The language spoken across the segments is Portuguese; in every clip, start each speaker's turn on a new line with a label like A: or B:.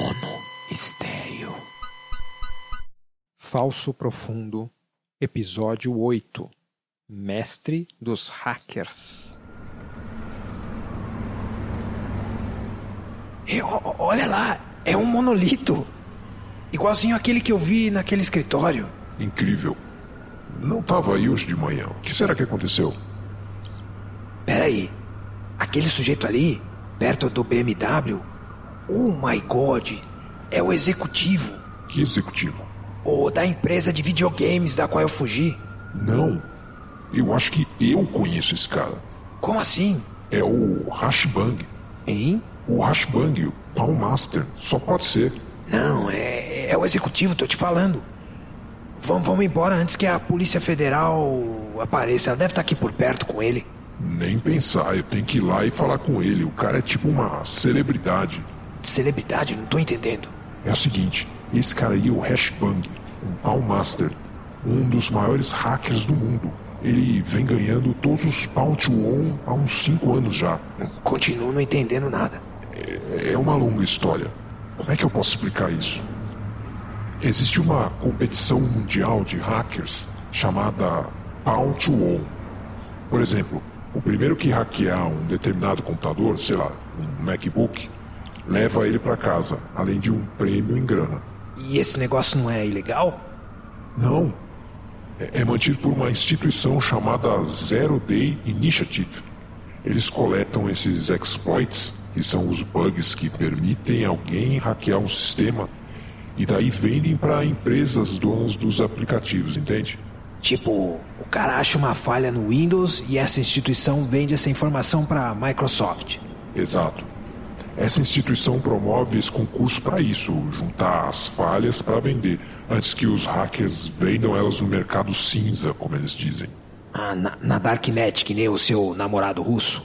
A: Mono Estéreo.
B: Falso Profundo, Episódio 8. Mestre dos Hackers.
C: Olha lá, é um monolito. Igualzinho aquele que eu vi naquele escritório.
D: Incrível. Não estava aí hoje de manhã. O que será que aconteceu?
C: Peraí, aquele sujeito ali, perto do BMW, oh my God, é o executivo.
D: Que executivo?
C: O da empresa de videogames da qual eu fugi.
D: Não, eu acho que eu conheço esse cara.
C: Como assim?
D: É o Hashbang.
B: Hein?
D: O Hashbang, o Palm Master. Só pode ser.
C: Não, é o executivo, tô te falando. Vamos embora antes que a Polícia Federal apareça. Ela deve estar aqui por perto com ele.
D: Nem pensar, eu tenho que ir lá e falar com ele. O cara é tipo uma celebridade.
C: Celebridade? Não tô entendendo.
D: É o seguinte, esse cara aí é o Hashbang, um Palm Master, um dos maiores hackers do mundo. Ele vem ganhando todos os Palm to One há uns 5 anos já.
C: Continuo não entendendo nada.
D: É uma longa história. Como é que eu posso explicar isso? Existe uma competição mundial de hackers chamada Palm to One. Por exemplo, o primeiro que hackear um determinado computador, sei lá, um MacBook, leva ele para casa, além de um prêmio em grana.
C: E esse negócio não é ilegal?
D: Não. É mantido por uma instituição chamada Zero Day Initiative. Eles coletam esses exploits, que são os bugs que permitem alguém hackear um sistema, e daí vendem para empresas donas dos aplicativos, entende?
C: Tipo, o cara acha uma falha no Windows e essa instituição vende essa informação para a Microsoft.
D: Exato. Essa instituição promove esse concurso para isso, juntar as falhas para vender, antes que os hackers vendam elas no mercado cinza, como eles dizem.
C: Ah, na Darknet, que nem o seu namorado russo?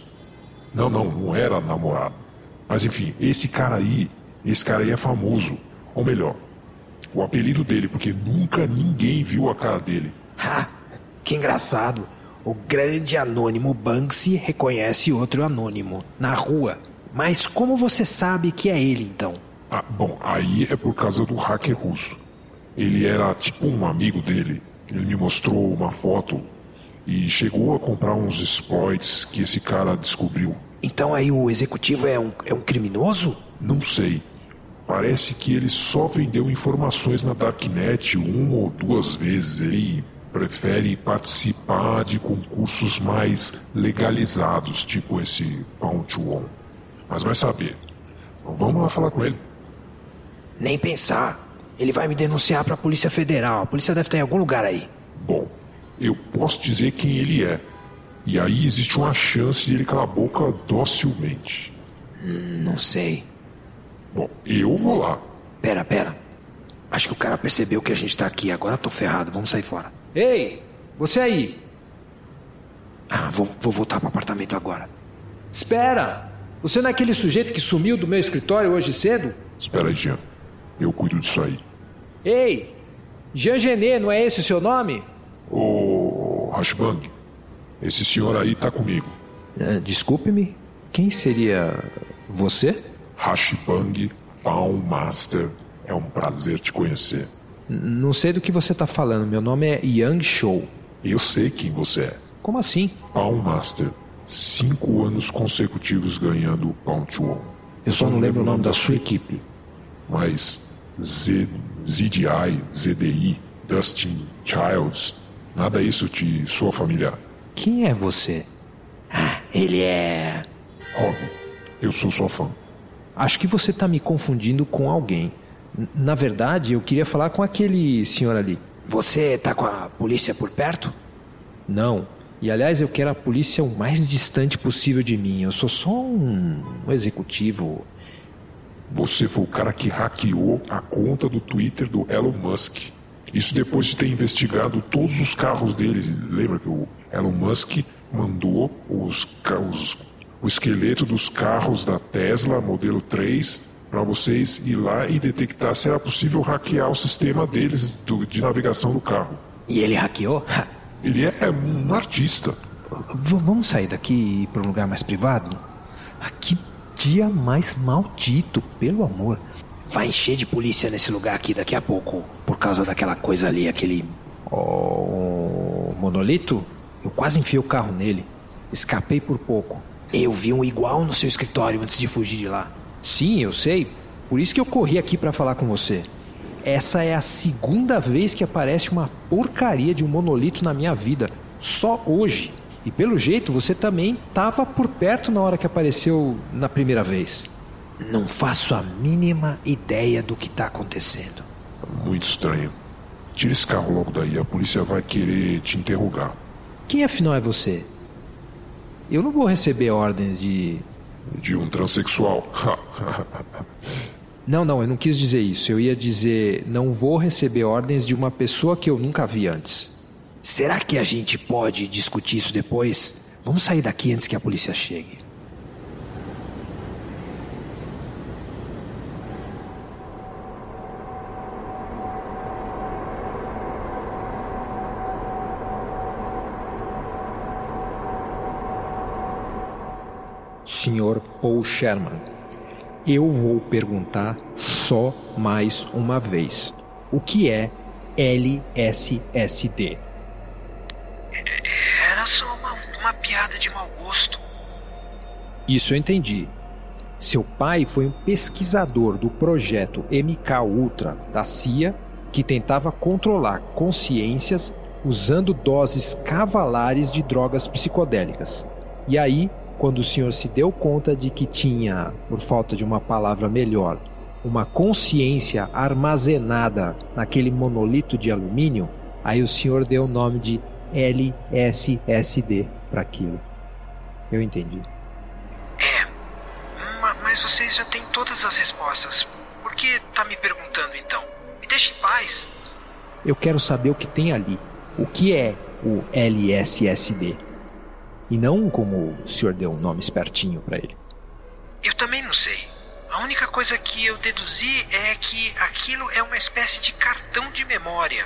D: Não era namorado. Mas enfim, esse cara aí é famoso. Ou melhor, o apelido dele, porque nunca ninguém viu a cara dele.
C: Ha, que engraçado. O grande anônimo Banksy reconhece outro anônimo na rua. Mas como você sabe que é ele, então?
D: Ah, bom, aí é por causa do hacker russo. Ele era tipo um amigo dele. Ele me mostrou uma foto e chegou a comprar uns exploits que esse cara descobriu.
C: Então aí o executivo é um criminoso?
D: Não sei. Parece que ele só vendeu informações na Darknet 1 ou 2 vezes. Ele prefere participar de concursos mais legalizados, tipo esse Palm to One. Mas vai saber. Então vamos lá falar com ele.
C: Nem pensar. Ele vai me denunciar para a Polícia Federal. A polícia deve estar em algum lugar aí.
D: Bom, eu posso dizer quem ele é. E aí existe uma chance de ele calar a boca docilmente.
C: Não sei.
D: Bom, eu vou lá.
C: Pera. Acho que o cara percebeu que a gente tá aqui. Agora eu tô ferrado. Vamos sair fora.
B: Ei, você aí.
C: Ah, vou voltar pro apartamento agora.
B: Espera! Você não é aquele sujeito que sumiu do meu escritório hoje cedo?
D: Espera aí, Jean. Eu cuido disso aí.
B: Ei, Jean Genet, não é esse o seu nome?
D: Ô, Hashbang, esse senhor aí tá comigo.
B: Desculpe-me, quem seria você?
D: Hashbang, Palm Master. É um prazer te conhecer.
B: Não sei do que você tá falando, meu nome é Yang Shou.
D: Eu sei quem você é.
B: Como assim?
D: Palm Master. 5 anos consecutivos ganhando o Palm to One.
B: Eu só não lembro o nome da sua equipe.
D: Mas ZDI, ZDI, Dustin Childs, nada isso te soa familiar.
B: Quem é você?
C: Ele é...
D: Rob, eu sou sua fã.
B: Acho que você tá me confundindo com alguém. Na verdade, eu queria falar com aquele senhor ali.
C: Você tá com a polícia por perto?
B: Não. E aliás, eu quero a polícia o mais distante possível de mim. Eu sou só um executivo.
D: Você foi o cara que hackeou a conta do Twitter do Elon Musk. Isso depois de ter investigado todos os carros dele. Lembra que o Elon Musk mandou o esqueleto dos carros da Tesla, modelo 3, para vocês ir lá e detectar se era possível hackear o sistema deles de navegação do carro.
C: E ele hackeou?
D: Ele é um artista.
B: Vamos sair daqui e ir para um lugar mais privado? Que dia mais maldito, pelo amor.
C: Vai encher de polícia nesse lugar aqui daqui a pouco, por causa daquela coisa ali, aquele...
B: O monolito? Eu quase enfiei o carro nele. Escapei por pouco.
C: Eu vi um igual no seu escritório antes de fugir de lá.
B: Sim, eu sei. Por isso que eu corri aqui pra falar com você. Essa é a segunda vez que aparece uma porcaria de um monolito na minha vida. Só hoje. E pelo jeito você também estava por perto na hora que apareceu na primeira vez.
C: Não faço a mínima ideia do que está acontecendo.
D: Muito estranho. Tira esse carro logo daí, a polícia vai querer te interrogar.
B: Quem afinal é você? Eu não vou receber ordens de
D: um transexual.
B: Não, eu não quis dizer isso. Eu ia dizer, não vou receber ordens de uma pessoa que eu nunca vi antes.
C: Será que a gente pode discutir isso depois? Vamos sair daqui antes que a polícia chegue.
B: Sr. Paul Sherman, eu vou perguntar só mais uma vez. O que é LSSD?
C: Era só uma piada de mau gosto.
B: Isso eu entendi. Seu pai foi um pesquisador do projeto MKUltra da CIA que tentava controlar consciências usando doses cavalares de drogas psicodélicas. E aí, quando o senhor se deu conta de que tinha, por falta de uma palavra melhor, uma consciência armazenada naquele monolito de alumínio, aí o senhor deu o nome de LSSD para aquilo. Eu entendi.
C: Mas vocês já têm todas as respostas. Por que tá me perguntando então? Me deixa em paz.
B: Eu quero saber o que tem ali. O que é o LSSD? E não como o senhor deu um nome espertinho para ele.
C: Eu também não sei. A única coisa que eu deduzi é que aquilo é uma espécie de cartão de memória.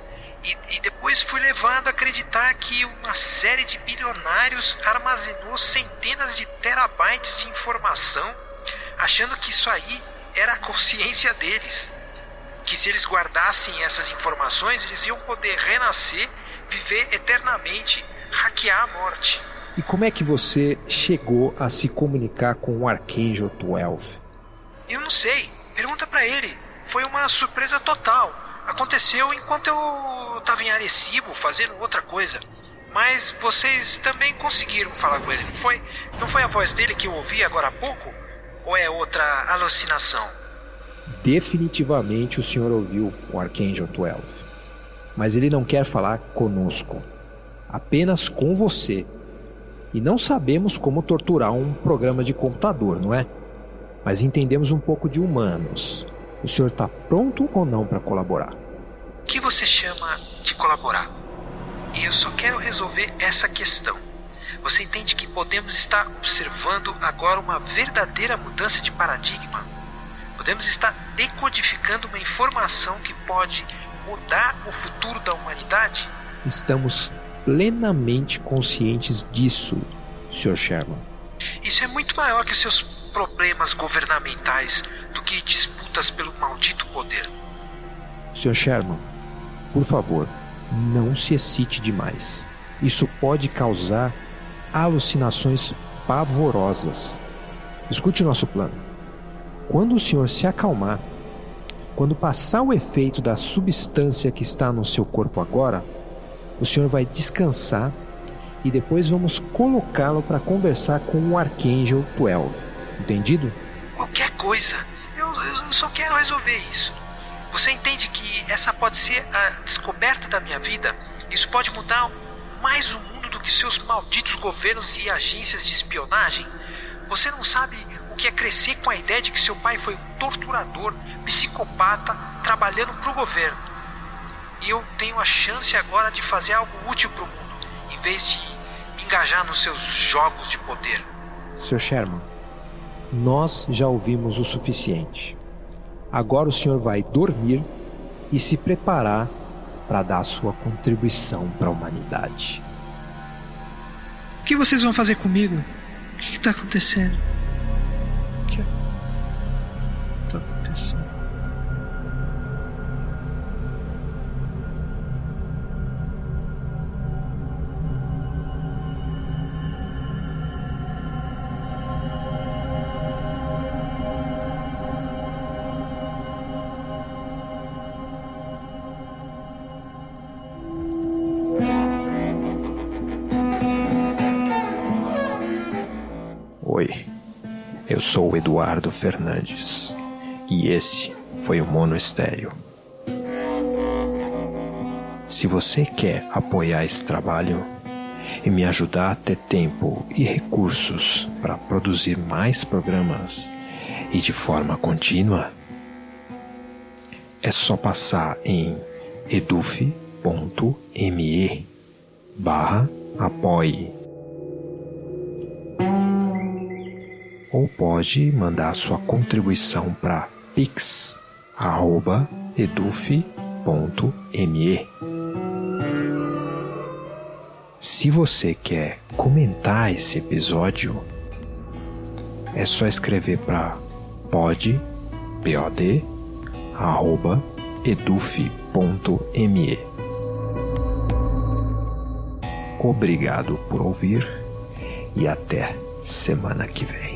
C: E depois fui levado a acreditar que uma série de bilionários armazenou centenas de terabytes de informação, achando que isso aí era a consciência deles. Que se eles guardassem essas informações, eles iam poder renascer, viver eternamente, hackear a morte.
B: E como é que você chegou a se comunicar com o Archangel 12?
C: Eu não sei. Pergunta pra ele. Foi uma surpresa total. Aconteceu enquanto eu estava em Arecibo fazendo outra coisa. Mas vocês também conseguiram falar com ele, não foi? Não foi a voz dele que eu ouvi agora há pouco? Ou é outra alucinação?
B: Definitivamente o senhor ouviu o Archangel 12. Mas ele não quer falar conosco. Apenas com você. E não sabemos como torturar um programa de computador, não é? Mas entendemos um pouco de humanos. O senhor está pronto ou não para colaborar?
C: O que você chama de colaborar? E eu só quero resolver essa questão. Você entende que podemos estar observando agora uma verdadeira mudança de paradigma? Podemos estar decodificando uma informação que pode mudar o futuro da humanidade?
B: Estamos plenamente conscientes disso, Sr. Sherman.
C: Isso é muito maior que seus problemas governamentais do que disputas pelo maldito poder.
B: Sr. Sherman, por favor, não se excite demais. Isso pode causar alucinações pavorosas. Escute o nosso plano. Quando o senhor se acalmar, quando passar o efeito da substância que está no seu corpo agora, o senhor vai descansar e depois vamos colocá-lo para conversar com o Archangel 12. Entendido?
C: Qualquer coisa. Eu só quero resolver isso. Você entende que essa pode ser a descoberta da minha vida? Isso pode mudar mais o mundo do que seus malditos governos e agências de espionagem? Você não sabe o que é crescer com a ideia de que seu pai foi um torturador, psicopata, trabalhando para o governo. E eu tenho a chance agora de fazer algo útil para o mundo, em vez de me engajar nos seus jogos de poder.
B: Sr. Sherman, nós já ouvimos o suficiente. Agora o senhor vai dormir e se preparar para dar a sua contribuição para a humanidade.
E: O que vocês vão fazer comigo? O que está acontecendo? tá acontecendo?
B: Oi, eu sou o Eduardo Fernandes e esse foi o Mono Estéreo. Se você quer apoiar esse trabalho e me ajudar a ter tempo e recursos para produzir mais programas e de forma contínua, é só passar em eduf.me/apoie. Ou pode mandar sua contribuição para pix@eduf.me. Se você quer comentar esse episódio, é só escrever para pod@eduf.me. Obrigado por ouvir e até semana que vem.